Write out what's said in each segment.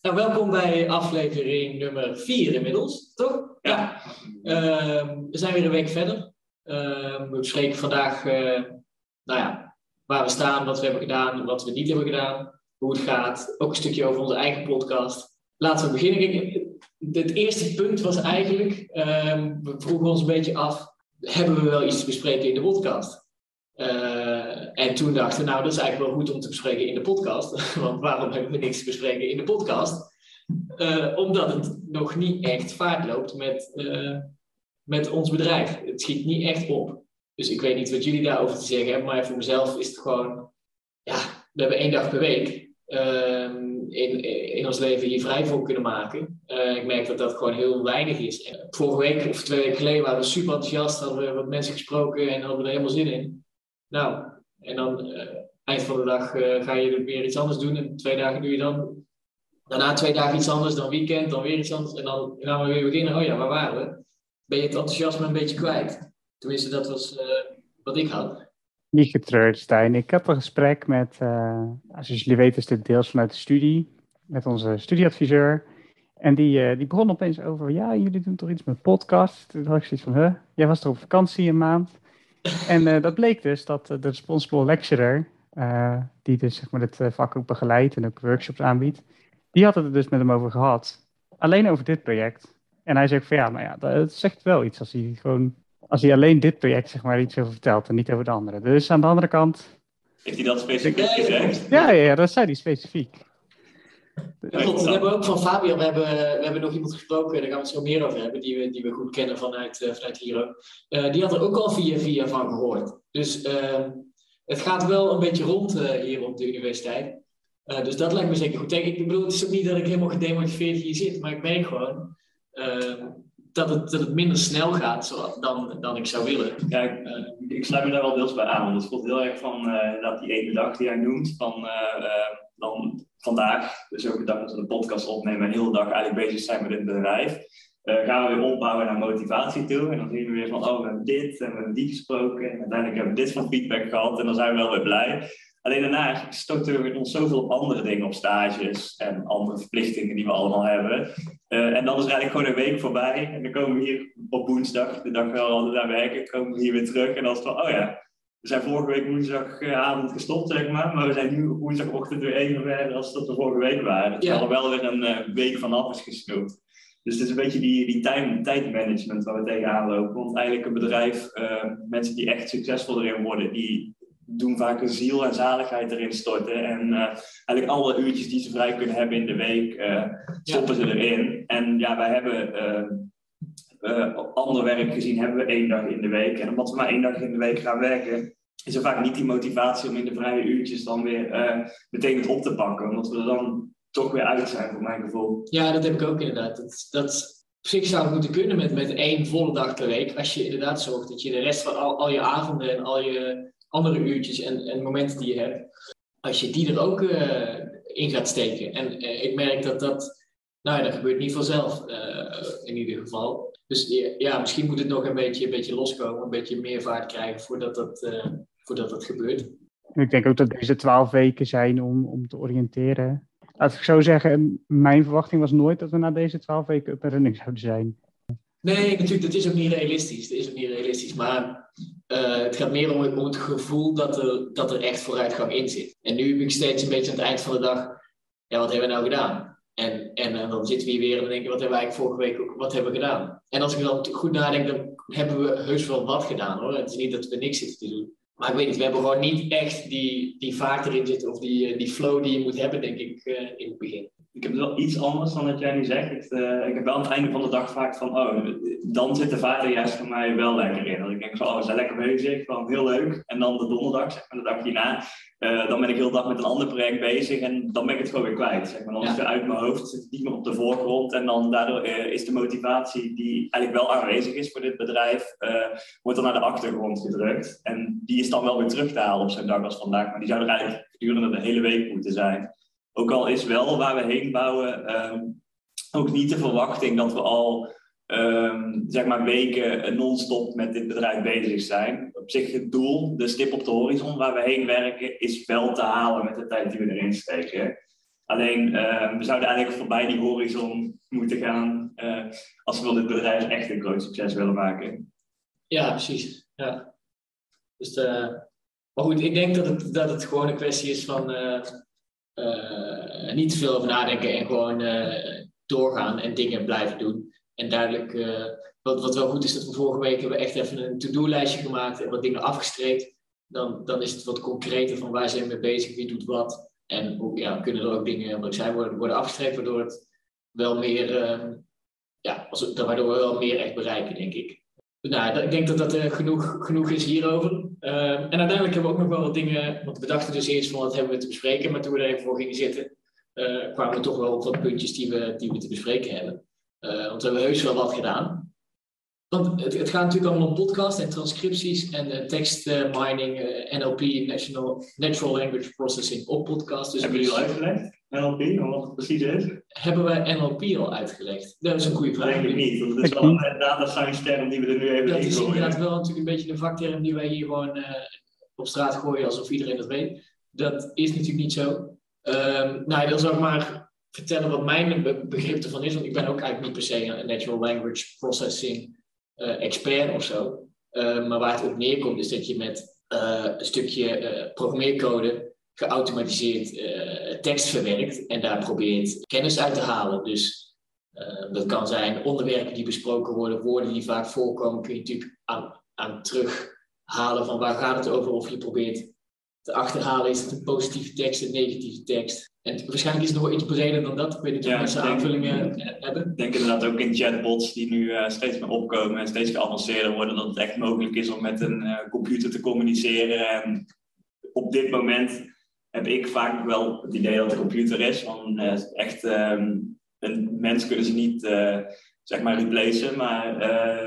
Nou, welkom bij aflevering nummer 4 inmiddels, toch? Ja. We zijn weer een week verder. We bespreken vandaag waar we staan, wat we hebben gedaan, wat we niet hebben gedaan, hoe het gaat. Ook een stukje over onze eigen podcast. Laten we beginnen. Het eerste punt was eigenlijk, we vroegen ons een beetje af, hebben we wel iets te bespreken in de podcast? En toen dachten we, nou, dat is eigenlijk wel goed om te bespreken in de podcast. Want waarom hebben we niks te bespreken in de podcast? Omdat het nog niet echt vaart loopt met ons bedrijf. Het schiet niet echt op. Dus ik weet niet wat jullie daarover te zeggen hebben. Maar voor mezelf is het gewoon... Ja, we hebben 1 dag per week in ons leven hier vrij voor kunnen maken. Ik merk dat dat gewoon heel weinig is. En vorige week of 2 weken geleden waren we super enthousiast. Hadden we wat mensen gesproken en hadden we er helemaal zin in. Nou, en dan eind van de dag ga je weer iets anders doen. En 2 dagen doe je dan. Daarna 2 dagen iets anders, dan weekend, dan weer iets anders. En dan gaan we weer beginnen. Oh ja, waar waren we? Ben je het enthousiasme een beetje kwijt? Tenminste, dat was wat ik had. Niet getreurd, Stijn. Ik had een gesprek met, zoals jullie weten is dit deels vanuit de studie, met onze studieadviseur. En die begon opeens over, ja, jullie doen toch iets met podcast? Toen had ik zoiets van, jij was toch op vakantie een maand? En dat bleek dus dat de responsible lecturer, die dus zeg maar dit vak ook begeleidt en ook workshops aanbiedt, die had het er dus met hem over gehad. Alleen over dit project. En hij zegt van ja, maar ja, dat zegt wel iets als hij alleen dit project zeg maar iets over vertelt en niet over de andere. Dus aan de andere kant... Heeft hij dat specifiek gezegd? Ja, dat zei hij specifiek. Ja, we hebben ook van Fabio, we hebben nog iemand gesproken, daar gaan we het zo meer over hebben, die we goed kennen vanuit hier ook. Die had er ook al via van gehoord. Dus het gaat wel een beetje rond hier op de universiteit. Dus dat lijkt me zeker goed. Ik bedoel, het is ook niet dat ik helemaal gedemotiveerd hier zit, maar ik merk gewoon dat het minder snel gaat dan ik zou willen. Ja, ik sluit me daar wel deels bij aan, want het voelt heel erg van dat die ene dag die jij noemt, dan vandaag, dus ook de dag dat we de podcast opnemen en de hele dag eigenlijk bezig zijn met dit bedrijf, gaan we weer opbouwen naar motivatie toe. En dan zien we weer van, we hebben dit en we hebben die gesproken en uiteindelijk hebben we dit van feedback gehad en dan zijn we wel weer blij. Alleen daarna stoten we ons zoveel andere dingen op stages en andere verplichtingen die we allemaal hebben. En dan is er eigenlijk gewoon een week voorbij. En dan komen we hier op woensdag, de dag wel altijd naar werken, komen we hier weer terug. En dan is het van, we zijn vorige week woensdagavond gestopt, zeg maar we zijn nu op woensdagochtend weer even verder als dat we vorige week waren. Terwijl er wel weer een week vanaf is gesnoept. Dus het is een beetje die tijdmanagement waar we tegenaan lopen. Want eigenlijk een bedrijf, mensen die echt succesvol erin worden, die doen vaak een ziel en zaligheid erin storten. En eigenlijk alle uurtjes die ze vrij kunnen hebben in de week, stoppen ze erin. En ja, wij hebben op ander werk gezien hebben we 1 dag in de week. En omdat we maar 1 dag in de week gaan werken, is er vaak niet die motivatie om in de vrije uurtjes dan weer meteen het op te pakken. Omdat we er dan toch weer uit zijn, voor mijn gevoel. Ja, dat heb ik ook inderdaad. Dat op zich zou het moeten kunnen met 1 volle dag per week. Als je inderdaad zorgt dat je de rest van al je avonden en al je andere uurtjes en momenten die je hebt, als je die er ook in gaat steken. En ik merk dat gebeurt niet vanzelf in ieder geval. Dus ja, misschien moet het nog een beetje loskomen, een beetje meer vaart krijgen voordat dat gebeurt. En ik denk ook dat deze 12 weken zijn om te oriënteren. Laat ik zo zeggen, mijn verwachting was nooit dat we na deze 12 weken up en running zouden zijn. Nee, natuurlijk, dat is ook niet realistisch. Maar het gaat meer om het gevoel dat er echt vooruitgang in zit. En nu heb ik steeds een beetje aan het eind van de dag, ja, wat hebben we nou gedaan? En dan zitten we hier weer en dan denken, wat hebben we eigenlijk vorige week ook, wat hebben we gedaan? En als ik dan goed nadenk, dan hebben we heus wel wat gedaan, hoor. Het is niet dat we niks zitten te doen. Maar ik weet niet, we hebben gewoon niet echt die vaart erin zitten of die flow die je moet hebben, denk ik, in het begin. Ik heb wel iets anders dan wat jij nu zegt. Ik heb wel aan het einde van de dag vaak van, dan zit de vaart er juist voor mij wel lekker in. Dat ik denk van, we zijn lekker bezig, van heel leuk. En dan de donderdag, zeg maar, de dag hierna, dan ben ik heel de dag met een ander project bezig en dan ben ik het gewoon weer kwijt. Zeg maar. Dan is het weer uit mijn hoofd, zit het niet meer op de voorgrond en dan daardoor is de motivatie die eigenlijk wel aanwezig is voor dit bedrijf, wordt dan naar de achtergrond gedrukt. En die is dan wel weer terug te halen op zo'n dag als vandaag, maar die zou er eigenlijk gedurende de hele week moeten zijn. Ook al is wel waar we heen bouwen ook niet de verwachting dat we al weken non-stop met dit bedrijf bezig zijn. Op zich het doel, de stip op de horizon waar we heen werken, is wel te halen met de tijd die we erin steken. Alleen, we zouden eigenlijk voorbij die horizon moeten gaan als we dit bedrijf echt een groot succes willen maken. Ja, precies. Ja. Dus, maar goed, ik denk dat het gewoon een kwestie is van niet te veel over nadenken en gewoon doorgaan en dingen blijven doen. En duidelijk, wat wel goed is, dat we vorige week hebben echt even een to-do-lijstje gemaakt en wat dingen afgestreept. Dan is het wat concreter van waar zijn we mee bezig, wie doet wat. En kunnen er ook dingen, wat ik zei, worden afgestreept, waardoor het wel meer, waardoor we wel meer echt bereiken, denk ik. Nou, ik denk dat genoeg is hierover. En uiteindelijk hebben we ook nog wel wat dingen, want we dachten dus eerst van wat hebben we te bespreken, maar toen we er even voor gingen zitten, kwamen we toch wel op wat puntjes die we te bespreken hebben. Want we hebben heus wel wat gedaan. Want het gaat natuurlijk allemaal om podcast en transcripties en tekstmining, NLP, Natural Language Processing op podcast. Dus hebben jullie al uitgelegd, NLP, wat het precies is? Hebben wij NLP al uitgelegd? Dat is een goede vraag. Denk ik niet, want het is wel een data science term die we er nu even in gooien. Dat is inderdaad wel natuurlijk een beetje een vakterm die wij hier gewoon op straat gooien alsof iedereen dat weet. Dat is natuurlijk niet zo. Dan zal ik maar vertellen wat mijn begrip ervan is, want ik ben ook eigenlijk niet per se een Natural Language Processing expert of zo. Maar waar het op neerkomt is dat je met een stukje programmeercode geautomatiseerd tekst verwerkt en daar probeert kennis uit te halen. Dus dat kan zijn onderwerpen die besproken worden, woorden die vaak voorkomen, kun je natuurlijk aan terughalen van waar gaat het over, of je probeert te achterhalen, is het een positieve tekst, een negatieve tekst. En waarschijnlijk is het nog wel iets breder dan dat. Ik weet niet of mensen aanvullingen hebben. Ik denk inderdaad ook in chatbots die nu steeds meer opkomen en steeds geavanceerder worden, dat het echt mogelijk is om met een computer te communiceren. En op dit moment heb ik vaak nog wel het idee dat het een computer is. Van echt een mens kunnen ze niet replacen, maar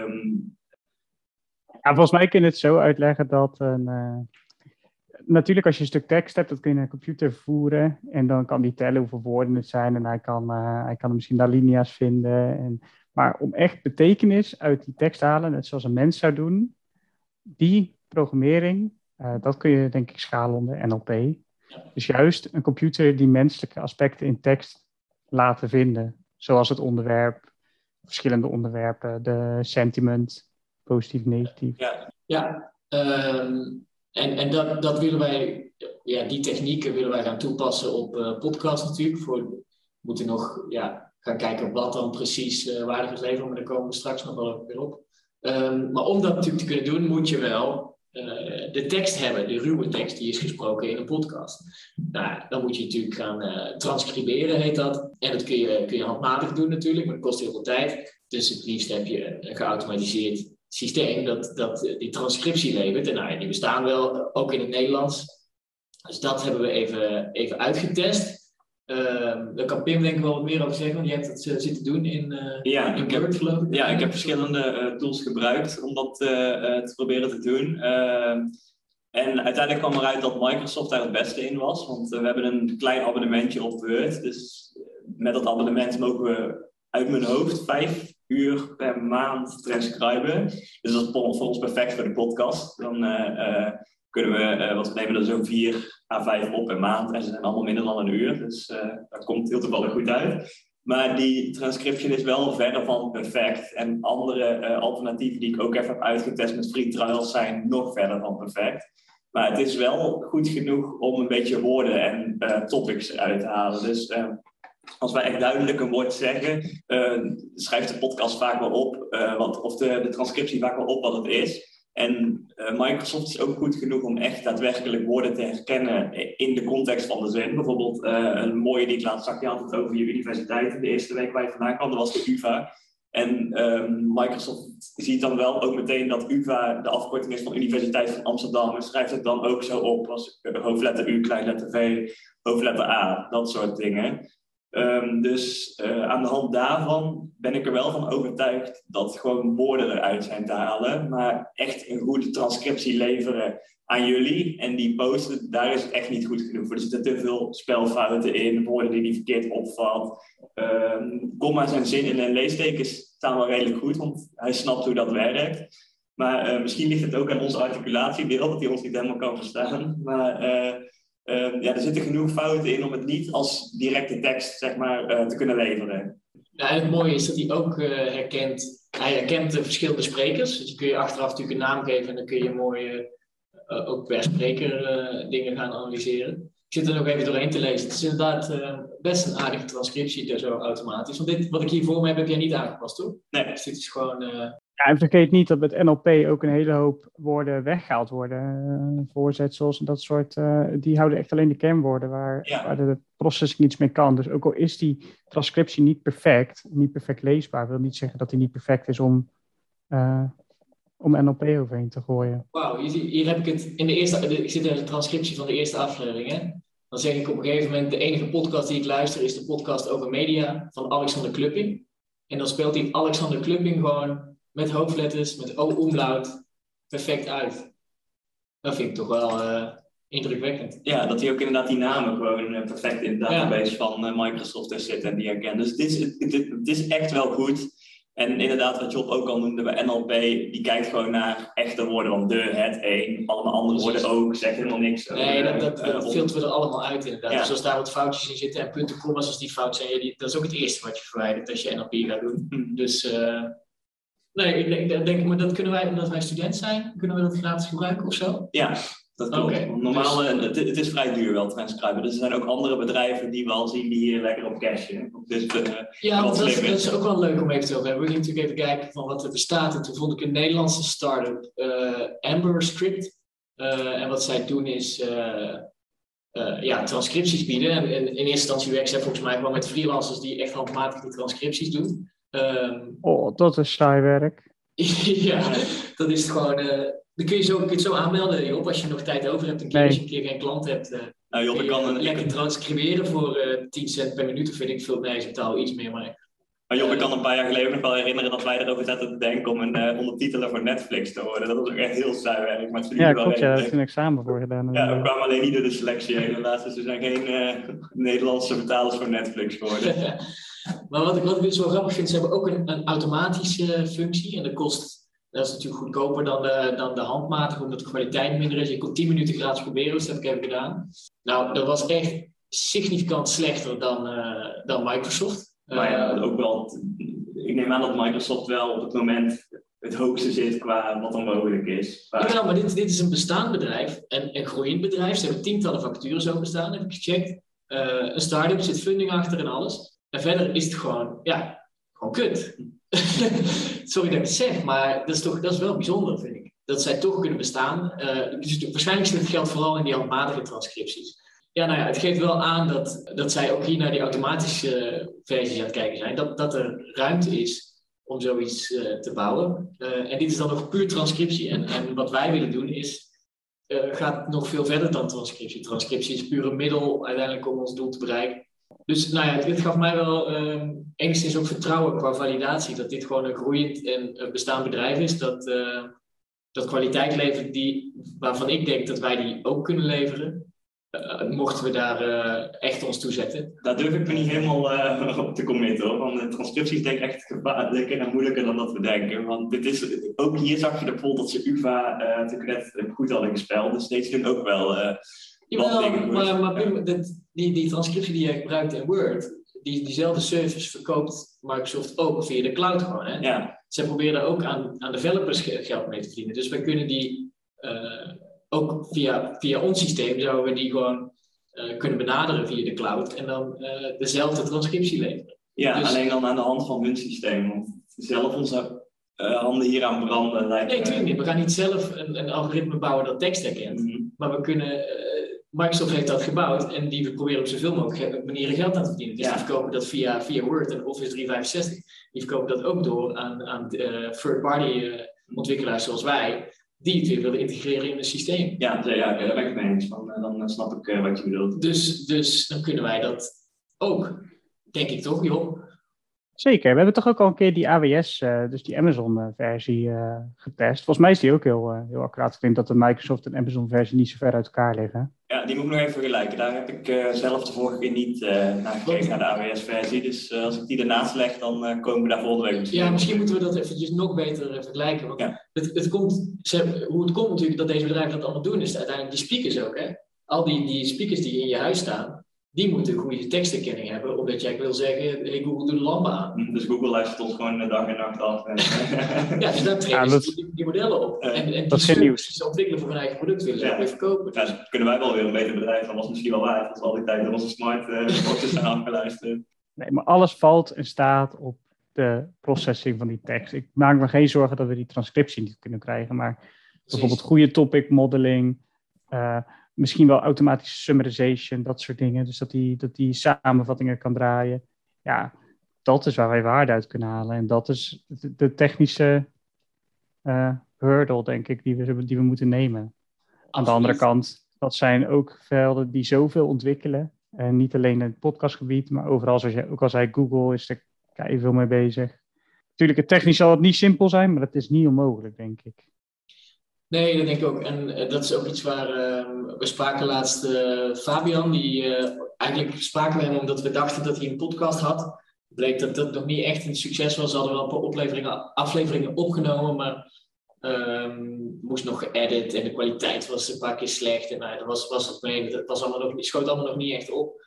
volgens mij kun je het zo uitleggen dat natuurlijk als je een stuk tekst hebt, dat kun je naar een computer voeren en dan kan die tellen hoeveel woorden het zijn en hij kan misschien daar linia's vinden. Maar om echt betekenis uit die tekst te halen, net zoals een mens zou doen, die programmering, dat kun je denk ik schalen onder NLP. Dus juist een computer die menselijke aspecten in tekst laten vinden, zoals het onderwerp, verschillende onderwerpen, de sentiment, positief, negatief. En dat willen wij, die technieken willen wij gaan toepassen op podcast natuurlijk. We moeten nog gaan kijken wat dan precies waardig is leveren, maar daar komen we straks nog wel weer op. Maar om dat natuurlijk te kunnen doen, moet je wel de tekst hebben, de ruwe tekst die is gesproken in een podcast. Nou, dan moet je natuurlijk gaan transcriberen, heet dat. En dat kun je handmatig doen natuurlijk, maar dat kost heel veel tijd. Dus het liefst heb je een geautomatiseerd systeem dat die transcriptie levert. En die bestaan wel, ook in het Nederlands. Dus dat hebben we even uitgetest. Daar kan Pim denk ik wel wat meer over zeggen, want je hebt het zitten doen in Garrett, geloof ik. Ja, ik heb verschillende tools gebruikt om dat te proberen te doen. En uiteindelijk kwam eruit dat Microsoft daar het beste in was, want we hebben een klein abonnementje op Word. Dus met dat abonnement mogen we uit mijn hoofd 5 uur per maand transcriben. Dus dat is voor ons perfect voor de podcast. Dan kunnen we, want we nemen er zo'n 4 à 5 op per maand en ze zijn allemaal minder dan een uur. Dus dat komt heel toevallig goed uit. Maar die transcription is wel verre van perfect. En andere alternatieven die ik ook even heb uitgetest met free trials zijn nog verder van perfect. Maar het is wel goed genoeg om een beetje woorden en topics eruit te halen. Dus als wij echt duidelijk een woord zeggen, schrijft de podcast vaak wel op, of de transcriptie vaak wel op wat het is. En Microsoft is ook goed genoeg om echt daadwerkelijk woorden te herkennen in de context van de zin. Bijvoorbeeld een mooie die ik laatst zag, je had het over je universiteit. De eerste week waar je vandaan kwam, dat was de UvA. En Microsoft ziet dan wel ook meteen dat UvA de afkorting is van Universiteit van Amsterdam. En schrijft het dan ook zo op als hoofdletter U, kleinletter V, hoofdletter A, dat soort dingen. Dus aan de hand daarvan ben ik er wel van overtuigd dat gewoon woorden eruit zijn te halen. Maar echt een goede transcriptie leveren aan jullie en die posten, daar is het echt niet goed genoeg voor. Er zitten te veel spelfouten in, woorden die verkeerd opvat. Komma's en zinnen en leestekens staan wel redelijk goed, want hij snapt hoe dat werkt. Maar misschien ligt het ook aan onze articulatiedeel, dat hij ons niet helemaal kan verstaan. Maar er zitten genoeg fouten in om het niet als directe tekst zeg maar, te kunnen leveren. Ja, en het mooie is dat hij ook hij herkent de verschillende sprekers. Dus je kun je achteraf natuurlijk een naam geven en dan kun je mooi ook per spreker dingen gaan analyseren. Ik zit er nog even doorheen te lezen. Het is inderdaad best een aardige transcriptie, zo automatisch. Want dit, wat ik hier voor me heb jij niet aangepast, toch? Nee. Dus dit is gewoon... Ja, en vergeet niet dat met NLP ook een hele hoop woorden weggehaald worden. Voorzetsels en dat soort. Die houden echt alleen de kernwoorden waar de processing iets mee kan. Dus ook al is die transcriptie niet perfect leesbaar, wil niet zeggen dat die niet perfect is om NLP overheen te gooien. Wauw, hier heb ik het in de eerste... Ik zit in de transcriptie van de eerste aflevering, hè? Dan zeg ik op een gegeven moment, de enige podcast die ik luister is de podcast over media van Alexander Klupping. En dan speelt hij Alexander Klupping gewoon met hoofdletters, met O-umlaut, perfect uit. Dat vind ik toch wel indrukwekkend. Ja, dat hij ook inderdaad die namen gewoon perfect in de database van Microsoft is zitten en die herkent. Dus het is echt wel goed. En inderdaad, wat Job ook al noemde bij NLP, die kijkt gewoon naar echte woorden. Want het, allemaal andere woorden ook, zegt helemaal niks. Nee, dat filteren we er allemaal uit inderdaad. Ja. Dus als daar wat foutjes in zitten en punten, kommas, als die fout zijn, dat is ook het eerste wat je verwijdert als je NLP gaat doen. Dus nee, ik denk, maar dat kunnen wij, omdat wij student zijn, kunnen we dat gratis gebruiken of zo? Ja, dat klopt. Okay, normaal, het is vrij duur wel, transcriben. Dus er zijn ook andere bedrijven die we al zien die hier lekker op cashen. Dus, dat is ook wel leuk om even te hebben. We gingen natuurlijk even kijken van wat er bestaat. En toen vond ik een Nederlandse start-up, Amber Script. En wat zij doen is transcripties bieden. En in eerste instantie werken zij volgens mij gewoon met freelancers die echt handmatig die transcripties doen. Dat is saai werk. Ja, dat is gewoon... dan kun je het zo aanmelden, Job, als je nog tijd over hebt. Als je een keer geen klant hebt, Job, ik kan lekker transcriberen voor 10 cent per minuut. Of weet ik veel. Nee, ze betalen iets meer, maar... Job, ik kan een paar jaar geleden nog wel herinneren dat wij erover zaten te denken om een ondertiteler voor Netflix te worden. Dat was ook echt heel saai werk. Maar ja, klopt, daar heb ik een examen voor gedaan. Ja, we kwamen alleen niet door de selectie heen helaas. Dus er zijn geen Nederlandse vertalers voor Netflix geworden. Maar wat ik dus wel grappig vind, ze hebben ook een automatische functie. En dat is natuurlijk goedkoper dan de handmatige, omdat de kwaliteit minder is. Je kon 10 minuten gratis proberen, dus dat heb ik even gedaan. Nou, dat was echt significant slechter dan Microsoft. Maar ja, ook wel. Ik neem aan dat Microsoft wel op het moment het hoogste zit qua wat er mogelijk is. Ja, maar dit is een bestaand bedrijf en een groeiend bedrijf. Ze hebben tientallen vacatures openstaan, heb ik gecheckt. Een start-up, zit funding achter en alles. En verder is het gewoon kut. Sorry dat ik het zeg, maar dat is wel bijzonder, vind ik. Dat zij toch kunnen bestaan. Dus waarschijnlijk zit het geld vooral in die handmatige transcripties. Ja, nou ja, het geeft wel aan dat zij ook hier naar die automatische versies aan het kijken zijn. Dat er ruimte is om zoiets te bouwen. En dit is dan nog puur transcriptie. En wat wij willen doen gaat nog veel verder dan transcriptie. Transcriptie is puur een middel uiteindelijk om ons doel te bereiken. Dus nou ja, dit gaf mij wel enigszins ook vertrouwen qua validatie. Dat dit gewoon een groeiend en bestaand bedrijf is. Dat kwaliteit levert waarvan ik denk dat wij die ook kunnen leveren. Mochten we daar echt ons toe zetten. Daar durf ik me niet helemaal op te committen hoor. Want de transcripties denk ik echt gevaarlijker en moeilijker dan dat we denken. Want ook hier zag je bijvoorbeeld dat ze UvA natuurlijk net goed hadden gespeld. Dus deze doen ook wel maar die transcriptie die je gebruikt in Word, diezelfde service verkoopt Microsoft ook via de cloud gewoon. Hè? Ja. Zij proberen daar ook aan developers geld mee te verdienen. Dus wij kunnen die ook via ons systeem zouden we die gewoon kunnen benaderen via de cloud en dan dezelfde transcriptie leveren. Ja, dus, alleen dan aan de hand van hun systeem. Want zelf onze handen hier aan branden lijkt. Nee, natuurlijk niet. We gaan niet zelf een algoritme bouwen dat tekst herkent. Mm-hmm. Maar we kunnen... Microsoft heeft dat gebouwd en die proberen op zoveel mogelijk manieren geld aan te verdienen. Dus die verkopen dat via Word en Office 365. Die verkopen dat ook door aan third-party ontwikkelaars zoals wij, die het weer willen integreren in het systeem. Ja, daar ben ik mee eens. Dan snap ik wat je bedoelt. Dus dan kunnen wij dat ook, denk ik toch, Job? Zeker. We hebben toch ook al een keer die AWS, dus die Amazon-versie getest. Volgens mij is die ook heel accuraat. Ik denk dat de Microsoft en Amazon-versie niet zo ver uit elkaar liggen. Ja, die moet ik nog even vergelijken. Daar heb ik zelf de vorige keer niet naar gekeken, naar de AWS-versie. Dus als ik die ernaast leg, dan komen we daar volgende week misschien. Ja, misschien moeten we dat eventjes nog beter vergelijken. Want hoe het komt natuurlijk dat deze bedrijven dat allemaal doen, is uiteindelijk die speakers ook, hè? al die speakers die in je huis staan, die moeten een goede tekstherkenning hebben, omdat jij wil zeggen, hey Google, doe de lampen aan. Dus Google luistert ons gewoon dag en nacht af. Ja, dus daar trainen ze die modellen op. En die services ze ontwikkelen voor hun eigen product, willen ze ook weer verkopen. Dus. Ja, kunnen wij wel weer een beter bedrijf, dat was misschien wel waar, als we al die tijd door onze smartwatches zijn afgeluisterd. Nee, maar alles valt en staat op de processing van die tekst. Ik maak me geen zorgen dat we die transcriptie niet kunnen krijgen, maar bijvoorbeeld goede topic modeling, misschien wel automatische summarization, dat soort dingen. Dus dat die samenvattingen kan draaien. Ja, dat is waar wij waarde uit kunnen halen. En dat is de technische hurdle, denk ik, die we moeten nemen. Absoluut. Aan de andere kant, dat zijn ook velden die zoveel ontwikkelen. En niet alleen in het podcastgebied, maar overal, zoals jij ook al zei, Google is er veel mee bezig. Natuurlijk, het technisch zal het niet simpel zijn, maar dat is niet onmogelijk, denk ik. Nee, dat denk ik ook. En dat is ook iets waar we spraken laatst Fabian, eigenlijk spraken we hem omdat we dachten dat hij een podcast had. Bleek dat dat nog niet echt een succes was. Ze hadden wel een paar afleveringen opgenomen, maar moest nog geëdit en de kwaliteit was een paar keer slecht. En dat schoot allemaal nog niet echt op.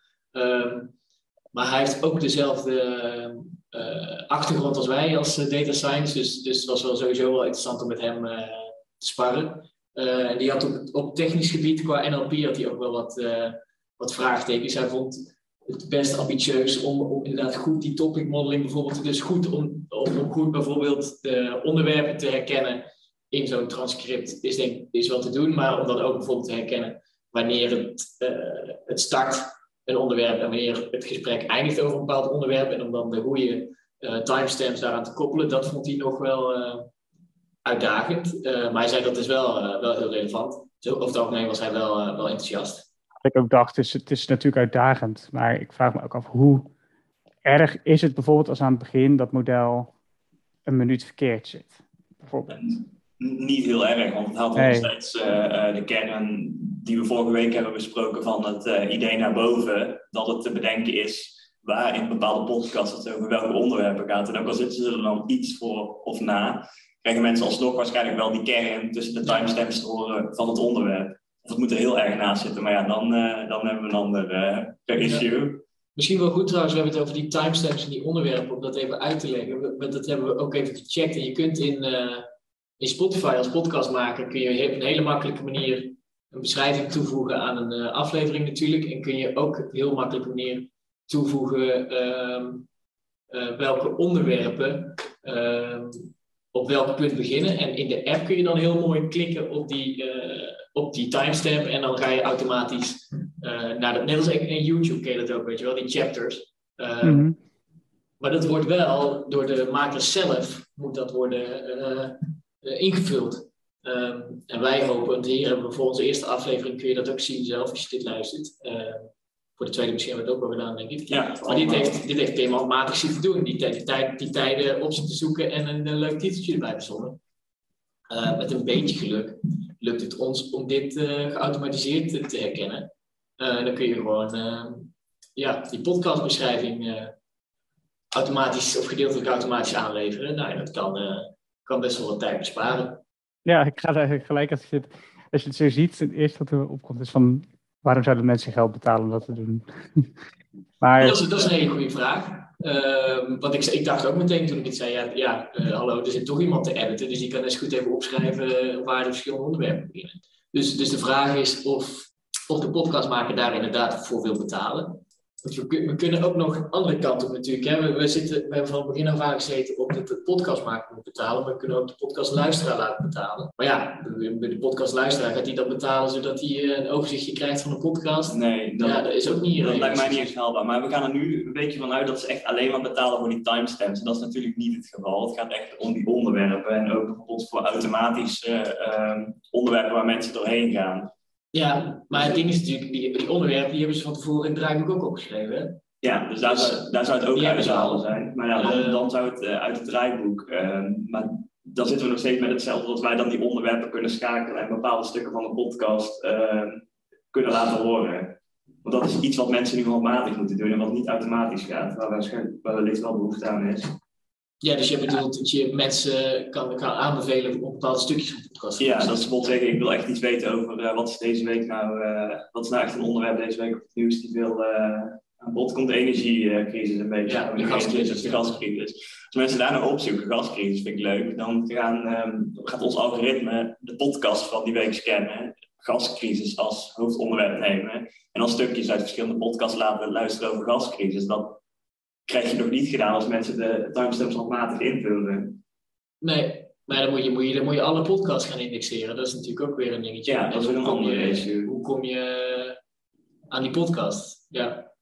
Maar hij heeft ook dezelfde achtergrond als wij als data science. Dus het was wel sowieso wel interessant om met hem te sparren. Die had op technisch gebied qua NLP had hij ook wel wat vraagtekens. Hij vond het best ambitieus om inderdaad goed die topic modeling bijvoorbeeld. Dus goed om goed bijvoorbeeld de onderwerpen te herkennen in zo'n transcript is wel te doen. Maar om dan ook bijvoorbeeld te herkennen wanneer het start een onderwerp en wanneer het gesprek eindigt over een bepaald onderwerp. En om dan de goede timestamps daaraan te koppelen, dat vond hij nog wel uitdagend. Maar hij zei dat is wel heel relevant. Dus over het algemeen was hij wel enthousiast. Wat ik ook dacht, het is natuurlijk uitdagend. Maar ik vraag me ook af, hoe erg is het bijvoorbeeld als aan het begin dat model een minuut verkeerd zit? Bijvoorbeeld. Niet heel erg, want het haalt nog steeds de kern die we vorige week hebben besproken van het idee naar boven. Dat het te bedenken is waar in bepaalde podcasts het over welke onderwerpen gaat. En ook al zitten ze er dan iets voor of na, krijgen mensen alsnog waarschijnlijk wel die kern tussen de timestamps te horen van het onderwerp. Of het moet er heel erg naast zitten, maar ja, dan hebben we een ander issue. Ja. Misschien wel goed trouwens, we hebben het over die timestamps en die onderwerpen, om dat even uit te leggen. Dat hebben we ook even gecheckt. En je kunt in Spotify als podcastmaker kun je op een hele makkelijke manier een beschrijving toevoegen aan een aflevering natuurlijk. En kun je ook op een heel makkelijke manier toevoegen welke onderwerpen op welk punt beginnen. En in de app kun je dan heel mooi klikken op die timestamp en dan ga je automatisch naar net als in YouTube ken je dat ook, weet je wel, die chapters. Maar dat wordt wel door de maker zelf moet dat worden ingevuld. En wij hopen, want hier hebben we voor onze eerste aflevering kun je dat ook zien zelf als je dit luistert. Voor de tweede misschien hebben we het ook wel gedaan, denk ik. Ja, maar dit heeft helemaal matig zitten doen. Die tijden op zitten zoeken en een leuk titeltje erbij verzonnen. Met een beetje geluk lukt het ons om dit geautomatiseerd te herkennen. Dan kun je gewoon die podcastbeschrijving automatisch of gedeeltelijk automatisch aanleveren. Nou, dat kan best wel wat tijd besparen. Ja, ik ga daar gelijk als je het zo ziet, het eerste wat er opkomt is van waarom zouden mensen geld betalen om dat te doen? Maar dat is een hele goede vraag. Want ik dacht ook meteen toen ik het zei, hallo, er zit toch iemand te editen, dus die kan eens goed even opschrijven waar de verschillende onderwerpen beginnen. Dus de vraag is of de podcastmaker daar inderdaad voor wil betalen. Want we kunnen ook nog een andere kant op natuurlijk. Hè. We hebben van het begin af aan gezeten op dat de podcastmaker moet betalen. Maar we kunnen ook de podcastluisteraar laten betalen. Maar ja, de podcastluisteraar gaat die dat betalen zodat hij een overzichtje krijgt van de podcast? Nee, dat is ook niet. Dat lijkt mij niet eens haalbaar. Maar we gaan er nu een beetje van uit dat ze echt alleen maar betalen voor die timestamps. En dat is natuurlijk niet het geval. Het gaat echt om die onderwerpen. En ook bijvoorbeeld voor automatisch onderwerpen waar mensen doorheen gaan. Ja, maar het ding is natuurlijk, die onderwerpen die hebben ze van tevoren in het draaiboek ook opgeschreven. Hè? Ja, dus daar zou het ook uit te halen zijn. Maar ja, dan zou het uit het draaiboek. Maar dan zitten we nog steeds met hetzelfde dat wij dan die onderwerpen kunnen schakelen en bepaalde stukken van de podcast kunnen laten horen. Want dat is iets wat mensen nu handmatig moeten doen en wat niet automatisch gaat, waar wellicht wel behoefte aan is. Ja, dus je bedoelt dat je mensen kan aanbevelen om bepaalde stukjes van de podcast te Ja, luisteren. dat is bijvoorbeeld zeggen, ik wil echt iets weten over wat is deze week nou, wat is nou echt een onderwerp deze week op het nieuws die veel aan bod komt. Energiecrisis een beetje. Ja, de gascrisis. De gascrisis. Als mensen daar nou opzoeken, gascrisis vind ik leuk, dan gaat ons algoritme de podcast van die week scannen, gascrisis als hoofdonderwerp nemen en dan stukjes uit verschillende podcasts laten luisteren over gascrisis. Dat krijg je nog niet gedaan als mensen de timestamps handmatig invullen. Nee, maar dan moet je alle podcasts gaan indexeren. Dat is natuurlijk ook weer een dingetje. Ja, dat is weer een ander issue. Hoe kom je aan die podcast? Ja.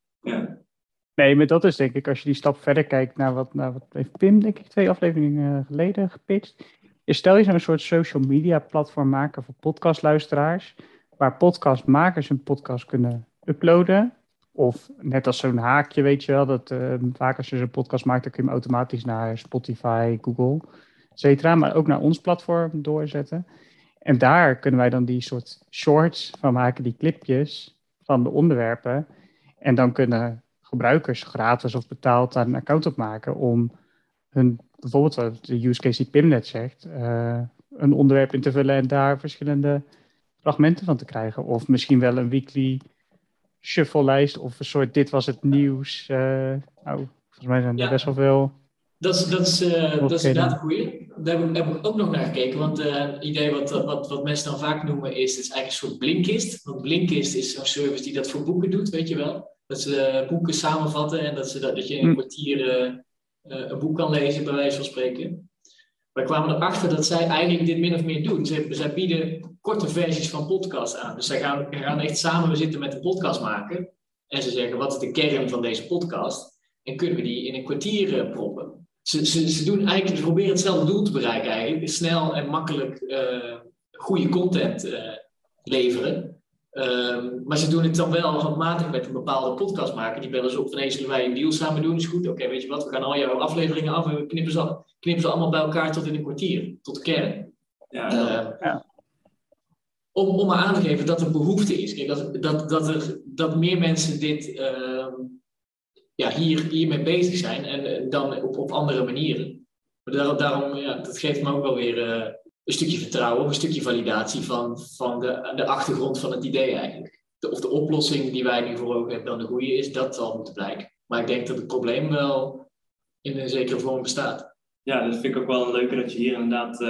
Nee, maar dat is denk ik, als je die stap verder kijkt naar wat heeft Pim, denk ik, 2 afleveringen geleden gepitcht. Stel je zou een soort social media platform maken voor podcastluisteraars, waar podcastmakers hun podcast kunnen uploaden. Of net als zo'n haakje, weet je wel, dat vaak als je zo'n podcast maakt, dan kun je hem automatisch naar Spotify, Google, et cetera, maar ook naar ons platform doorzetten. En daar kunnen wij dan die soort shorts van maken, die clipjes van de onderwerpen. En dan kunnen gebruikers gratis of betaald daar een account op maken om hun, bijvoorbeeld de use case die Pim net zegt, een onderwerp in te vullen en daar verschillende fragmenten van te krijgen. Of misschien wel een weekly shuffle-lijst of een soort dit was het nieuws. Volgens mij zijn er best wel veel. Dat is inderdaad een goeie. Daar heb ik ook nog naar gekeken. Want het idee wat mensen dan vaak noemen is eigenlijk een soort Blinkist. Want Blinkist is zo'n service die dat voor boeken doet, weet je wel. Dat ze boeken samenvatten en dat je in een kwartier een boek kan lezen, bij wijze van spreken. Wij kwamen erachter dat zij eigenlijk dit min of meer doen. Zij bieden korte versies van podcasts aan. Dus zij gaan echt samen zitten met de podcast maken. En ze zeggen, wat is de kern van deze podcast? En kunnen we die in een kwartier proppen? Ze proberen hetzelfde doel te bereiken eigenlijk. Snel en makkelijk goede content leveren. Maar ze doen het dan wel handmatig met een bepaalde podcastmaker. Die bellen ze op van, zullen wij een deal samen doen? Is goed, oké, weet je wat, we gaan al jouw afleveringen af en we knippen ze allemaal bij elkaar tot in een kwartier, tot de kern. Om maar aan te geven dat er behoefte is. Kijk, dat meer mensen dit hiermee bezig zijn en dan op andere manieren. Maar daarom, dat geeft me ook wel weer een stukje vertrouwen, een stukje validatie van de achtergrond van het idee eigenlijk. Of de oplossing die wij nu voor ogen hebben dan de goede is, dat zal moeten blijken. Maar ik denk dat het probleem wel in een zekere vorm bestaat. Ja, dat vind ik ook wel een leuke dat je hier inderdaad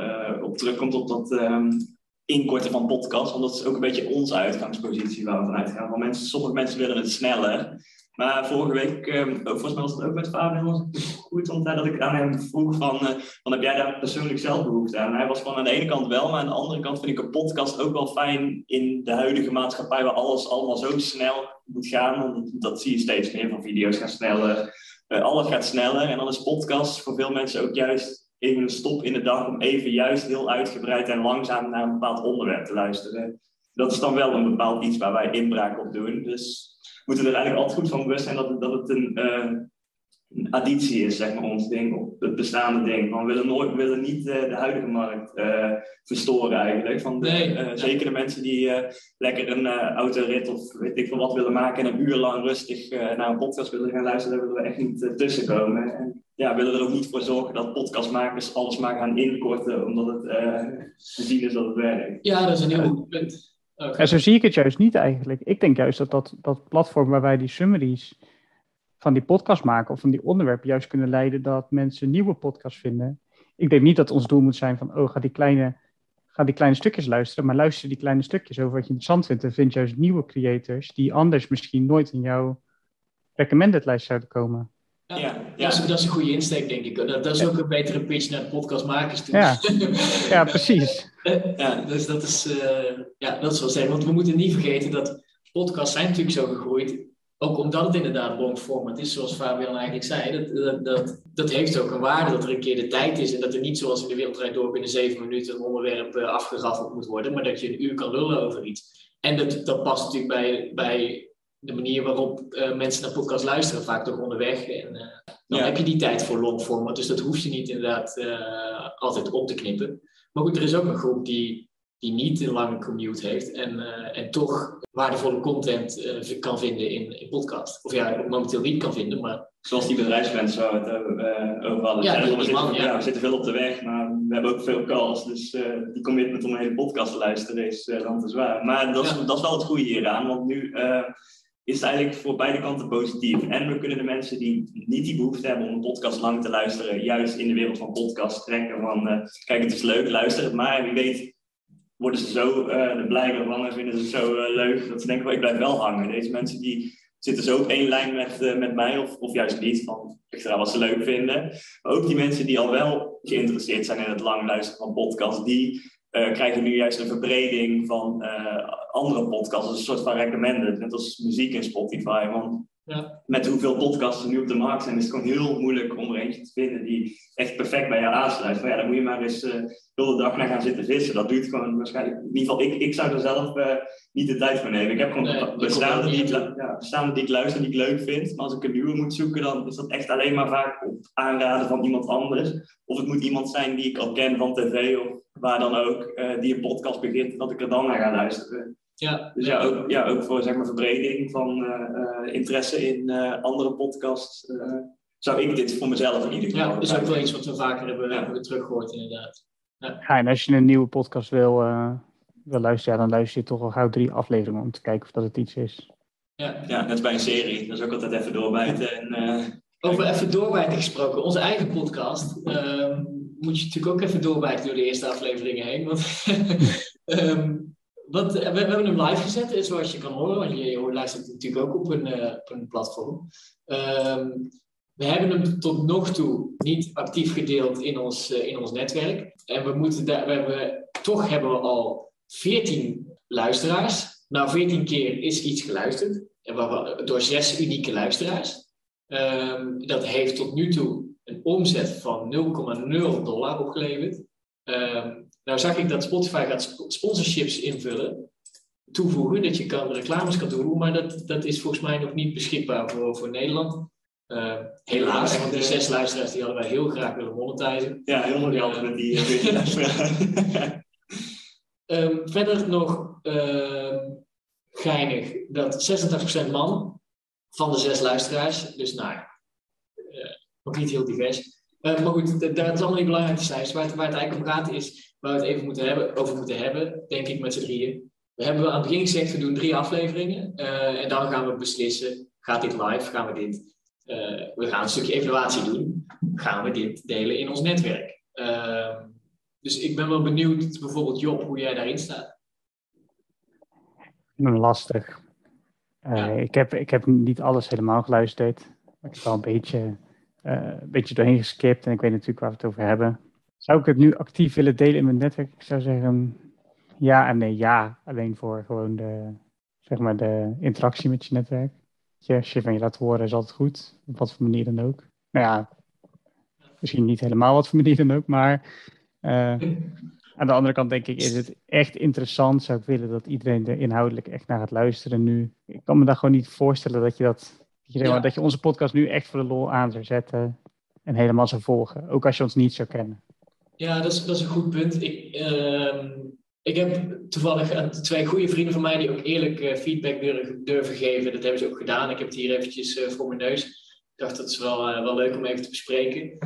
op terugkomt op dat inkorten van podcasts. Want dat is ook een beetje onze uitgangspositie waar we vanuit gaan. Want sommige mensen willen het sneller. Maar vorige week, volgens mij was het ook met Fabian, goed, omdat dat ik aan hem vroeg van heb jij daar persoonlijk zelf behoefte aan? En hij was van aan de ene kant wel, maar aan de andere kant vind ik een podcast ook wel fijn in de huidige maatschappij waar alles allemaal zo snel moet gaan. Want dat zie je steeds meer, van video's gaan sneller, alles gaat sneller. En dan is podcast voor veel mensen ook juist even een stop in de dag om even juist heel uitgebreid en langzaam naar een bepaald onderwerp te luisteren. Dat is dan wel een bepaald iets waar wij inbraak op doen. Dus we moeten er eigenlijk altijd goed van bewust zijn dat het een additie is, zeg maar, ons ding, op het bestaande ding. Van we willen niet de huidige markt verstoren eigenlijk. Zeker de mensen die lekker een autorit of weet ik veel wat willen maken en een uur lang rustig naar een podcast willen gaan luisteren, daar willen we echt niet tussenkomen. En we willen er ook niet voor zorgen dat podcastmakers alles maar gaan inkorten, omdat het te zien is dat het werkt. Ja, dat is een heel goed punt. Okay. En zo zie ik het juist niet eigenlijk. Ik denk juist dat platform waar wij die summaries van die podcast maken of van die onderwerpen juist kunnen leiden dat mensen nieuwe podcasts vinden. Ik denk niet dat ons doel moet zijn van, ga die kleine stukjes luisteren, maar luister die kleine stukjes over wat je interessant vindt en vind juist nieuwe creators die anders misschien nooit in jouw recommended lijst zouden komen. Ja. Dat is een goede insteek, denk ik. Dat is ook een betere pitch naar de podcastmakers toe. Ja, precies. Dus dat is wel zeggen. Want we moeten niet vergeten dat podcasts zijn natuurlijk zo gegroeid. Ook omdat het inderdaad long format is, zoals Fabian eigenlijk zei. Dat heeft ook een waarde dat er een keer de tijd is. En dat er niet zoals in de Wereld Draait Door binnen 7 minuten een onderwerp afgeraffeld moet worden. Maar dat je een uur kan lullen over iets. En dat past natuurlijk bij de manier waarop mensen naar podcasts luisteren, vaak toch onderweg. En dan heb je die tijd voor long format. Dus dat hoef je niet inderdaad altijd op te knippen. Maar goed, er is ook een groep die niet een lange commute heeft en toch waardevolle content kan vinden in podcast. Of ja, momenteel niet kan vinden, maar... Zoals die bedrijfsmensen waar we het over hadden. We zitten veel op de weg, maar we hebben ook veel calls. Dus die commitment om een hele podcast te luisteren is dan te zwaar. Maar dat is wel het goede hieraan, want nu is het eigenlijk voor beide kanten positief. En we kunnen de mensen die niet die behoefte hebben om een podcast lang te luisteren, juist in de wereld van podcast trekken van kijk, het is leuk, luister het maar. En wie weet worden ze zo blij van en vinden ze het zo leuk dat ze denken, ik blijf wel hangen. Deze mensen die zitten zo op één lijn met mij of juist niet, van extra wat ze leuk vinden. Maar ook die mensen die al wel geïnteresseerd zijn in het lang luisteren van podcasts, die krijgen nu juist een verbreding van andere podcasts, een soort van recommended, net als muziek in Spotify. Want met hoeveel podcasts er nu op de markt zijn, is het gewoon heel moeilijk om er eentje te vinden die echt perfect bij jou aansluit. Van, daar moet je maar eens heel de dag naar gaan zitten vissen. Dat duurt gewoon waarschijnlijk, in ieder geval, ik zou er zelf niet de tijd voor nemen. Ik heb gewoon bestaande die ik luister, die ik leuk vind. Maar als ik een nieuwe moet zoeken, dan is dat echt alleen maar vaak op aanraden van iemand anders. Of het moet iemand zijn die ik al ken van tv of waar dan ook, die een podcast begint, dat ik er dan naar ga luisteren. Ja. Dus ook voor zeg maar verbreding van interesse in andere podcasts zou ik dit voor mezelf in ieder geval. Ja, dat is ook wel iets wat we vaker hebben teruggehoord inderdaad. Ja, en als je een nieuwe podcast wil luisteren, dan luister je toch al gauw 3 afleveringen om te kijken of dat het iets is. Ja, net bij een serie. Dat is ook altijd even doorbijten. Over even doorbijten gesproken. Onze eigen podcast moet je natuurlijk ook even doorbijten door de eerste afleveringen heen. Want we hebben hem live gezet, zoals je kan horen. Want je luistert natuurlijk ook op een platform. We hebben hem tot nog toe niet actief gedeeld in ons netwerk. En toch hebben we al 14 luisteraars. Nou, 14 keer is iets geluisterd. Door 6 unieke luisteraars. Dat heeft tot nu toe een omzet van $0,0 opgeleverd. Nou zag ik dat Spotify gaat sponsorships toevoegen, dat je reclames kan toevoegen, maar dat is volgens mij nog niet beschikbaar voor Nederland. Helaas, want die 6 luisteraars die hadden wij heel graag willen monetizen. Ja, heel mooi altijd met die luisteraars. Verder nog geinig dat 86% man van de 6 luisteraars, dus nog niet heel divers. Maar goed, dat is allemaal niet belangrijk te zijn. Waar het eigenlijk om gaat is, waar we het even over moeten hebben, denk ik met z'n drieën. We hebben aan het begin gezegd, we doen 3 afleveringen. En dan gaan we beslissen, gaat dit live, gaan we dit... we gaan een stukje evaluatie doen. Gaan we dit delen in ons netwerk? Dus ik ben wel benieuwd, bijvoorbeeld Job, hoe jij daarin staat. Lastig. Ik heb niet alles helemaal geluisterd. Ik heb wel een beetje doorheen geskipt en ik weet natuurlijk waar we het over hebben. Zou ik het nu actief willen delen in mijn netwerk? Ik zou zeggen ja en nee. Ja, alleen voor gewoon de interactie met je netwerk. Als je van je laat horen is altijd goed, op wat voor manier dan ook. Nou ja, misschien niet helemaal wat voor manier dan ook, maar aan de andere kant denk ik, is het echt interessant. Zou ik willen dat iedereen er inhoudelijk echt naar gaat luisteren nu. Ik kan me daar gewoon niet voorstellen dat je onze podcast nu echt voor de lol aan zou zetten en helemaal zou volgen. Ook als je ons niet zou kennen. Ja, dat is een goed punt. Ik heb toevallig 2 goede vrienden van mij die ook eerlijk feedback durven geven. Dat hebben ze ook gedaan. Ik heb het hier eventjes voor mijn neus. Ik dacht dat is wel leuk om even te bespreken.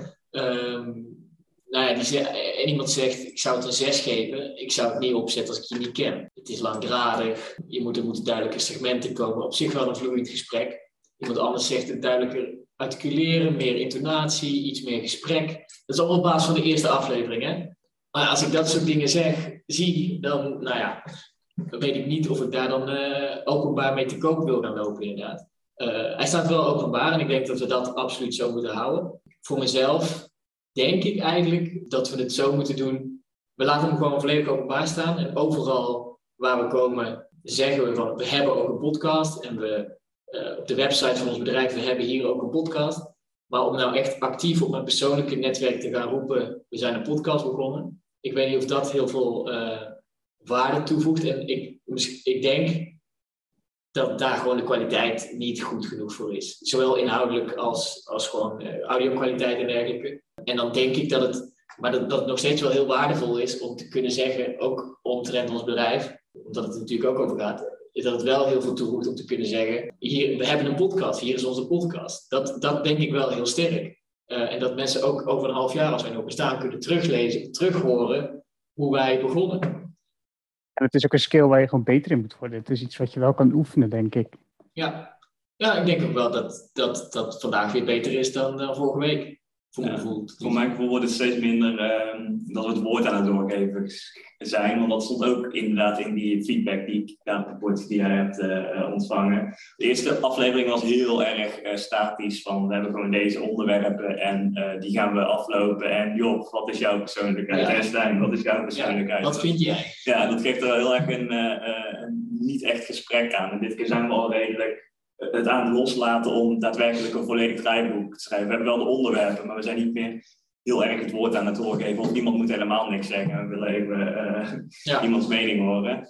En iemand zegt, ik zou het een 6 geven. Ik zou het niet opzetten als ik je niet ken. Het is langdradig. Er moeten duidelijke segmenten komen. Op zich wel een vloeiend gesprek. Iemand anders zegt het duidelijker articuleren, meer intonatie, iets meer gesprek. Dat is allemaal op basis van de eerste aflevering, hè? Maar als ik dat soort dingen zie, dan weet ik niet of ik daar dan openbaar mee te koop wil gaan lopen, inderdaad. Hij staat wel openbaar en ik denk dat we dat absoluut zo moeten houden. Voor mezelf denk ik eigenlijk dat we het zo moeten doen. We laten hem gewoon volledig openbaar staan en overal waar we komen zeggen we van, we hebben ook een podcast en we op de website van ons bedrijf, we hebben hier ook een podcast. Maar om nou echt actief op mijn persoonlijke netwerk te gaan roepen, we zijn een podcast begonnen. Ik weet niet of dat heel veel waarde toevoegt. En ik denk dat daar gewoon de kwaliteit niet goed genoeg voor is. Zowel inhoudelijk als gewoon audio-kwaliteit en dergelijke. En dan denk ik dat het nog steeds wel heel waardevol is om te kunnen zeggen, ook omtrent ons bedrijf, omdat het er natuurlijk ook over gaat. dat het wel heel veel toevoegt om te kunnen zeggen, hier, we hebben een podcast, hier is onze podcast. Dat denk ik wel heel sterk. En dat mensen ook over een half jaar, als wij nog bestaan, kunnen teruglezen, terughoren hoe wij begonnen. En het is ook een skill waar je gewoon beter in moet worden. Het is iets wat je wel kan oefenen, denk ik. Ja, ik denk ook wel dat vandaag weer beter is dan vorige week. Voor mijn gevoel wordt het steeds minder dat we het woord aan het doorgeven zijn. Want dat stond ook inderdaad in die feedback die jij hebt ontvangen. De eerste aflevering was heel erg statisch. Van we hebben gewoon deze onderwerpen en die gaan we aflopen. En Job, wat is jouw persoonlijkheid? En Stijn, wat is jouw persoonlijkheid? Wat vind jij? Ja, dat geeft er wel heel erg een niet echt gesprek aan. En dit keer zijn we al redelijk het aan het loslaten om daadwerkelijk een volledig draaiboek te schrijven. We hebben wel de onderwerpen, maar we zijn niet meer heel erg het woord aan het doorgeven. Of iemand moet helemaal niks zeggen. We willen even iemands mening horen.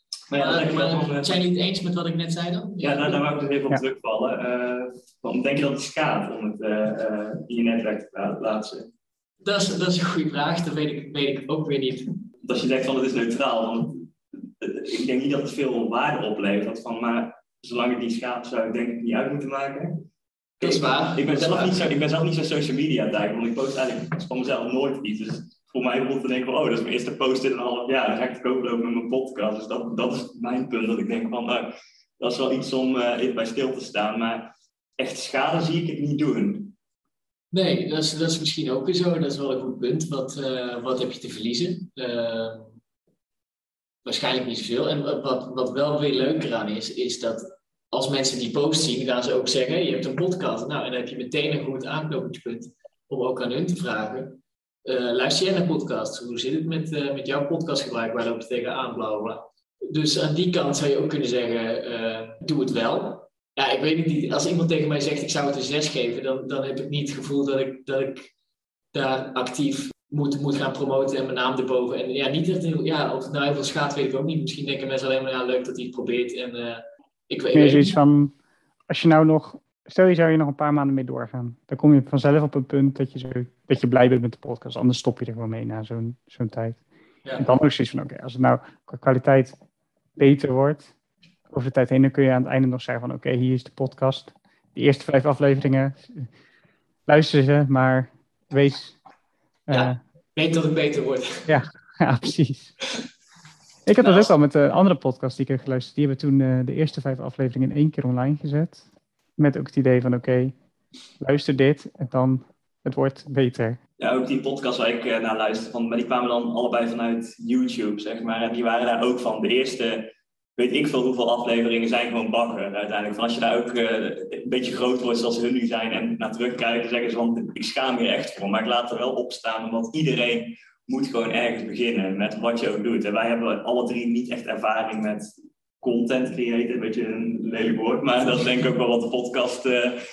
Maar zijn jullie het eens met wat ik net zei dan? Ja, daar wou ik dus even op terugvallen. Denk je dat het schaadt om het in je netwerk te plaatsen? Dat is een goede vraag. Dat weet ik ook weer niet. Als je zegt van het is neutraal, want ik denk niet dat het veel waarde oplevert. Maar zolang het niet schaadt, zou ik denk ik niet uit moeten maken. Dat is waar. Ik ben zelf niet zo'n social media type, want ik post eigenlijk van mezelf nooit iets. Dus voor mij bijvoorbeeld te denken van, dat is mijn eerste post in een half jaar. Dan ga ik te koop lopen met mijn podcast. Dus dat is mijn punt, dat ik denk van, dat is wel iets om even bij stil te staan. Maar echt schade zie ik het niet doen. Nee, dat is misschien ook weer zo. Dat is wel een goed punt. Wat heb je te verliezen? Waarschijnlijk niet zoveel. En wat wel weer leuker aan is dat als mensen die post zien, gaan ze ook zeggen, je hebt een podcast. Nou, en dan heb je meteen een goed aanknopingspunt om ook aan hun te vragen. Luister jij naar podcasts? Hoe zit het met jouw podcastgebruik? Waar loop je tegenaan? Bla, bla. Dus aan die kant zou je ook kunnen zeggen, doe het wel. Ja, ik weet niet, als iemand tegen mij zegt, ik zou het een 6 geven, dan heb ik niet het gevoel dat ik daar actief moet gaan promoten en mijn naam erboven. En ja, niet dat of het nou heel veel schaadt, weet ik ook niet. Misschien denken mensen alleen maar, leuk dat hij het probeert. En ik weet zoiets van, als je nou nog, stel je zou je nog een paar maanden mee doorgaan. Dan kom je vanzelf op een punt dat je blij bent met de podcast. Anders stop je er gewoon mee na zo'n tijd. Ja. En dan ook zoiets van, oké, als het nou qua kwaliteit beter wordt, over de tijd heen, dan kun je aan het einde nog zeggen van, oké, hier is de podcast. De eerste 5 afleveringen, luister ze, maar wees... weet dat het beter wordt. Ja, precies. Ik heb dat ook al met de andere podcast die ik heb geluisterd. Die hebben toen de eerste 5 afleveringen in 1 keer online gezet. Met ook het idee van, oké, luister dit en dan het wordt beter. Ja, ook die podcast waar ik naar luisterde, maar die kwamen dan allebei vanuit YouTube, zeg maar. En die waren daar ook van. De eerste, weet ik veel hoeveel afleveringen zijn gewoon bagger uiteindelijk. Van als je daar ook een beetje groot wordt zoals hun nu zijn en naar terugkijken, zeggen ze van, ik schaam hier echt voor. Maar ik laat er wel op staan, omdat iedereen moet gewoon ergens beginnen met wat je ook doet. En wij hebben alle 3 niet echt ervaring met content creëren, een beetje een lelijk woord, maar dat is denk ik ook wel wat de podcast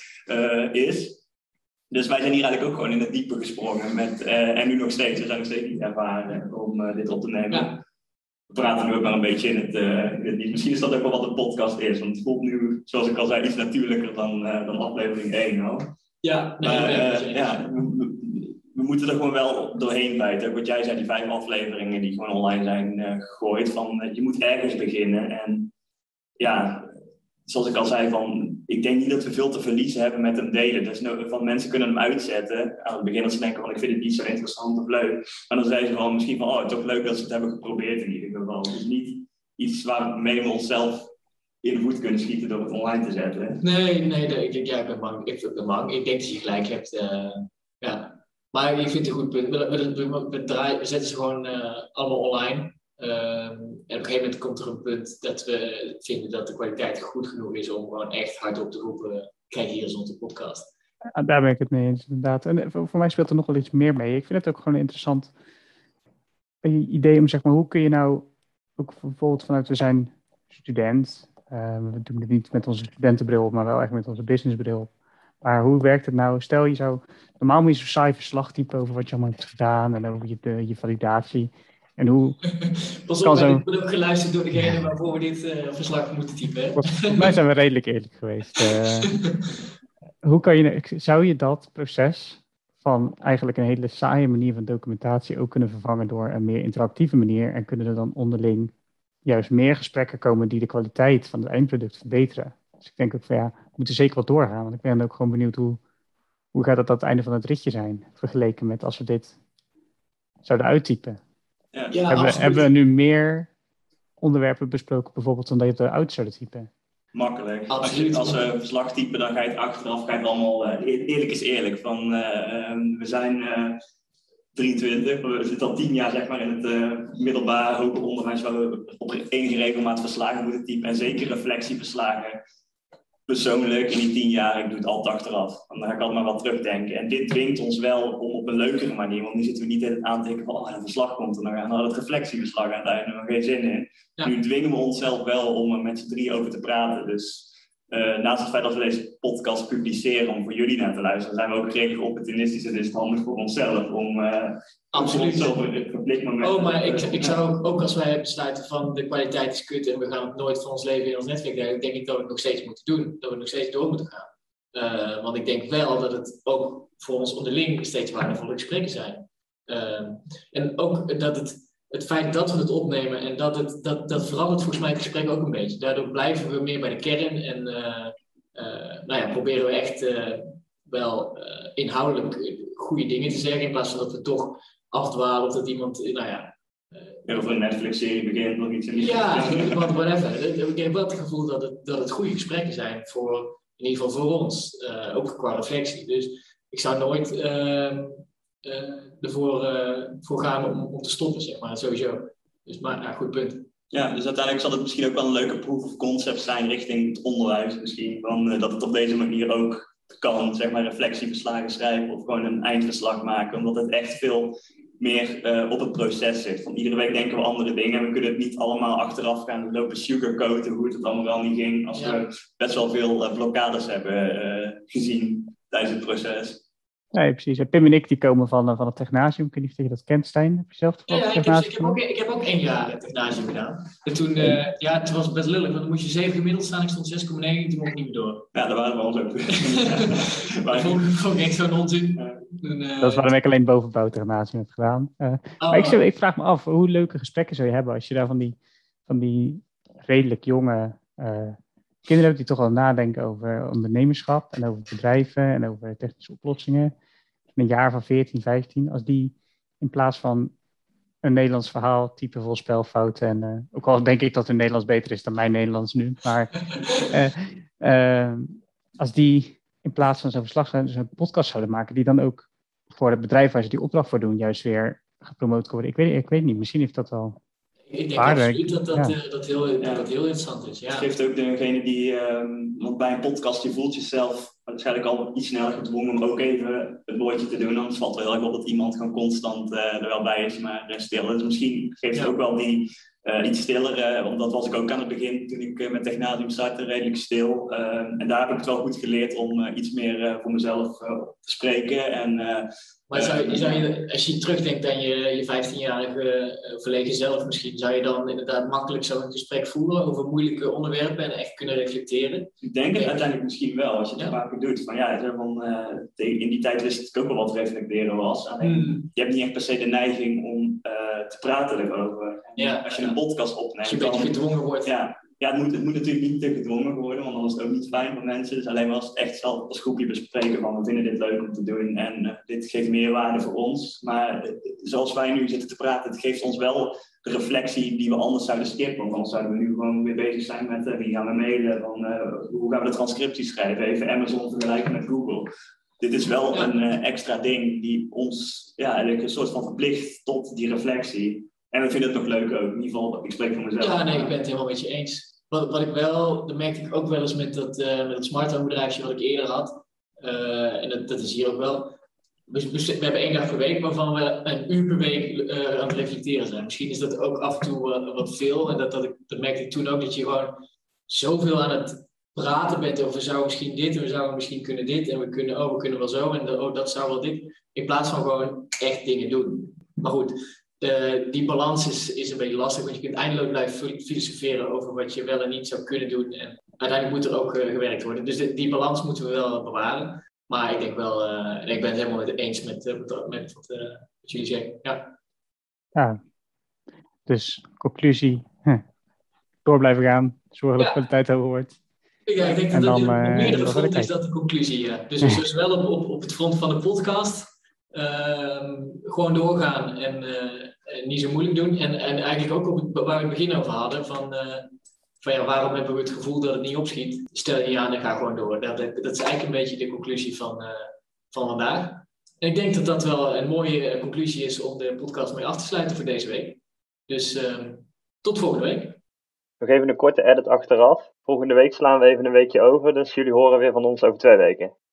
is. Dus wij zijn hier eigenlijk ook gewoon in het diepe gesprongen en nu nog steeds. We zijn nog steeds niet ervaren om dit op te nemen. Ja. We praten nu ook wel een beetje in het niet. Misschien is dat ook wel wat een podcast is, want het voelt nu, zoals ik al zei, iets natuurlijker dan aflevering 1 al. Ja, we moeten er gewoon wel doorheen bijten. Ook wat jij zei, die 5 afleveringen die gewoon online zijn gegooid. Van, je moet ergens beginnen. En ja, zoals ik al zei, ik denk niet dat we veel te verliezen hebben met hem delen. Dus van mensen kunnen hem uitzetten. Aan het begin dat ze denken van, ik vind het niet zo interessant of leuk. Maar dan zeiden ze van, misschien van, toch leuk dat ze het hebben geprobeerd in ieder geval. Dus niet iets waarmee we onszelf in de voet kunnen schieten door het online te zetten. Nee, ik ben bang. Ik denk dat je gelijk hebt. Maar ik vind het een goed punt. We zetten ze gewoon allemaal online. En op een gegeven moment komt er een punt dat we vinden dat de kwaliteit goed genoeg is om gewoon echt hardop te roepen, kijk, hier is onze podcast. Ja, daar ben ik het mee eens, inderdaad. En voor mij speelt er nog wel iets meer mee. Ik vind het ook gewoon een interessant idee om, zeg maar, hoe kun je nou, ook bijvoorbeeld vanuit, we zijn student, we doen het niet met onze studentenbril, maar wel echt met onze businessbril. Maar hoe werkt het nou? Stel je zou, normaal moet je zo'n saai verslag typen over wat je allemaal hebt gedaan en over je validatie. En hoe Pas op, ik ben ook geluisterd door degene waarvoor we dit verslag moeten typen. Volgens mij zijn we redelijk eerlijk geweest. Zou je dat proces van eigenlijk een hele saaie manier van documentatie ook kunnen vervangen door een meer interactieve manier? En kunnen er dan onderling juist meer gesprekken komen die de kwaliteit van het eindproduct verbeteren. Dus ik denk ook van we moeten zeker wat doorgaan. Want ik ben ook gewoon benieuwd hoe gaat het aan het einde van het ritje zijn, vergeleken met als we dit zouden uittypen. Hebben we nu meer onderwerpen besproken, bijvoorbeeld, dan dat je het eruit zouden typen? Makkelijk. Als we een verslag typen, dan ga je het achteraf allemaal... eerlijk is eerlijk. We zijn 23, we zitten al 10 jaar zeg maar, in het middelbaar hoger onderwijs, waar we op enige regelmaat verslagen moeten typen. En zeker reflectieverslagen. Persoonlijk, in die 10 jaar, ik doe het altijd achteraf. Dan ga ik altijd maar wat terugdenken. En dit dwingt ons wel om op een leukere manier, want nu zitten we niet in het aantekenen van een verslag komt en dan gaan we het reflectieverslag aan het einde, nog geen zin in. Ja. Nu dwingen we onszelf wel om er met z'n 3 over te praten. Dus naast het feit dat we deze podcast publiceren om voor jullie naar te luisteren, zijn we ook redelijk opportunistisch en is het handig voor onszelf om absoluut een verplicht moment... maar ik zou ook als wij besluiten van de kwaliteit is kut en we gaan het nooit van ons leven in ons netwerk delen, denk ik dat we het nog steeds moeten doen, dat we nog steeds door moeten gaan. Want ik denk wel dat het ook voor ons onderling steeds waardevolle gesprekken zijn. En ook dat het feit dat we het opnemen en dat verandert volgens mij het gesprek ook een beetje. Daardoor blijven we meer bij de kern en proberen we echt wel inhoudelijk goede dingen te zeggen in plaats van dat we toch afdwalen of dat iemand, of een Netflix-serie begint nog iets in die... Ja, whatever. Ik heb wel het gevoel dat het goede gesprekken zijn voor, in ieder geval voor ons, ook qua reflectie. Dus ik zou nooit ervoor gaan om te stoppen, zeg maar, sowieso. Dus, maar goed punt. Ja, dus uiteindelijk zal het misschien ook wel een leuke proof of concept zijn richting het onderwijs misschien. Dat het op deze manier ook kan, zeg maar, reflectieverslagen schrijven of gewoon een eindverslag maken. Omdat het echt veel meer op het proces zit. Van iedere week denken we andere dingen en we kunnen het niet allemaal achteraf gaan lopen sugarcoaten hoe het allemaal wel niet ging. Als we best wel veel blokkades hebben gezien tijdens het proces. Nee, precies. En Pim en ik die komen van het Technasium. Ik weet niet of je dat kent, Stijn. Heb je zelf ik heb ook 1 jaar het Technasium gedaan. En toen, het was best lullig, want dan moest je 7 gemiddeld staan. Ik stond 6,9 en toen mocht ik niet meer door. Ja, dat waren we ons ook. Dat vond ik echt zo'n onzin. Dat is waarom ik alleen bovenbouw Technasium heb gedaan. Maar ik vraag me af, hoe leuke gesprekken zou je hebben als je daar van die redelijk jonge kinderen hebt die toch wel nadenken over ondernemerschap en over bedrijven en over technische oplossingen. Een jaar van 14, 15, als die in plaats van een Nederlands verhaal type vol spelfouten en ook al denk ik dat hun Nederlands beter is dan mijn Nederlands nu, maar als die in plaats van zo'n verslag dus een podcast zouden maken die dan ook voor het bedrijf waar ze die opdracht voor doen juist weer gepromoot worden. Ik weet niet, misschien heeft dat wel... Ik denk absoluut dat heel interessant is. Ja. Het geeft ook degene die, want bij een podcast, je voelt jezelf waarschijnlijk al iets sneller gedwongen om ook even het woordje te doen. Anders valt het wel heel erg op dat iemand gewoon constant er wel bij is, maar stil. Dus misschien geeft het ook wel die iets stiller, want dat was ik ook aan het begin toen ik met Technasium startte, redelijk stil. En daar heb ik het wel goed geleerd om iets meer voor mezelf te spreken. Maar zou je, als je terugdenkt aan je 15-jarige verlegen zelf misschien, zou je dan inderdaad makkelijk zo'n gesprek voeren over moeilijke onderwerpen en echt kunnen reflecteren? Ik denk het uiteindelijk misschien wel, als je het vaker doet. In die tijd wist ik ook wel wat reflecteren was. Alleen, je hebt niet echt per se de neiging om te praten erover. Als je een podcast opneemt... Als je een beetje gedwongen wordt. Ja, het moet natuurlijk niet te gedwongen worden, want dan is het ook niet fijn voor mensen. Dus alleen maar als het echt zelf als groepje bespreken van we vinden dit leuk om te doen en dit geeft meerwaarde voor ons. Maar zoals wij nu zitten te praten, het geeft ons wel de reflectie die we anders zouden skippen. Want anders zouden we nu gewoon weer bezig zijn met wie gaan we mailen, hoe gaan we de transcriptie schrijven, even Amazon vergelijken met Google. Dit is wel een extra ding die ons eigenlijk een soort van verplicht tot die reflectie. En we vinden het nog leuk ook. In ieder geval, ik spreek voor mezelf. Ja, nee, ik ben het helemaal met je eens. Wat ik wel, dat merkte ik ook wel eens met het smart home bedrijfje wat ik eerder had. En dat is hier ook wel. We hebben 1 dag per week, waarvan we 1 uur per week aan het reflecteren zijn. Misschien is dat ook af en toe wat veel. En dat merkte ik toen ook, dat je gewoon zoveel aan het praten bent over we zouden misschien dit en we zouden misschien kunnen dit. En we kunnen wel zo en dat zou wel dit. In plaats van gewoon echt dingen doen. Maar goed. Die balans is een beetje lastig, want je kunt eindeloos blijven filosoferen over wat je wel en niet zou kunnen doen. En uiteindelijk moet er ook gewerkt worden. Dus die balans moeten we wel bewaren. Maar ik denk wel, ik ben het helemaal eens met wat jullie zeggen. Ja. Dus conclusie, door blijven gaan. Zorgen dat Ja. de kwaliteit hoger wordt. Ja, ik denk En dat dan, op meerdere dan fronten is kijken. dat de conclusie. Ja. Dus zowel op het front van de podcast, gewoon doorgaan en niet zo moeilijk doen. En eigenlijk ook waar we het begin over hadden, van waarom hebben we het gevoel dat het niet opschiet? Stel je aan en ga gewoon door. Dat is eigenlijk een beetje de conclusie van vandaag. En ik denk dat dat wel een mooie conclusie is om de podcast mee af te sluiten voor deze week. Dus tot volgende week. Nog even een korte edit achteraf. Volgende week slaan we even een weekje over, dus jullie horen weer van ons over 2 weken.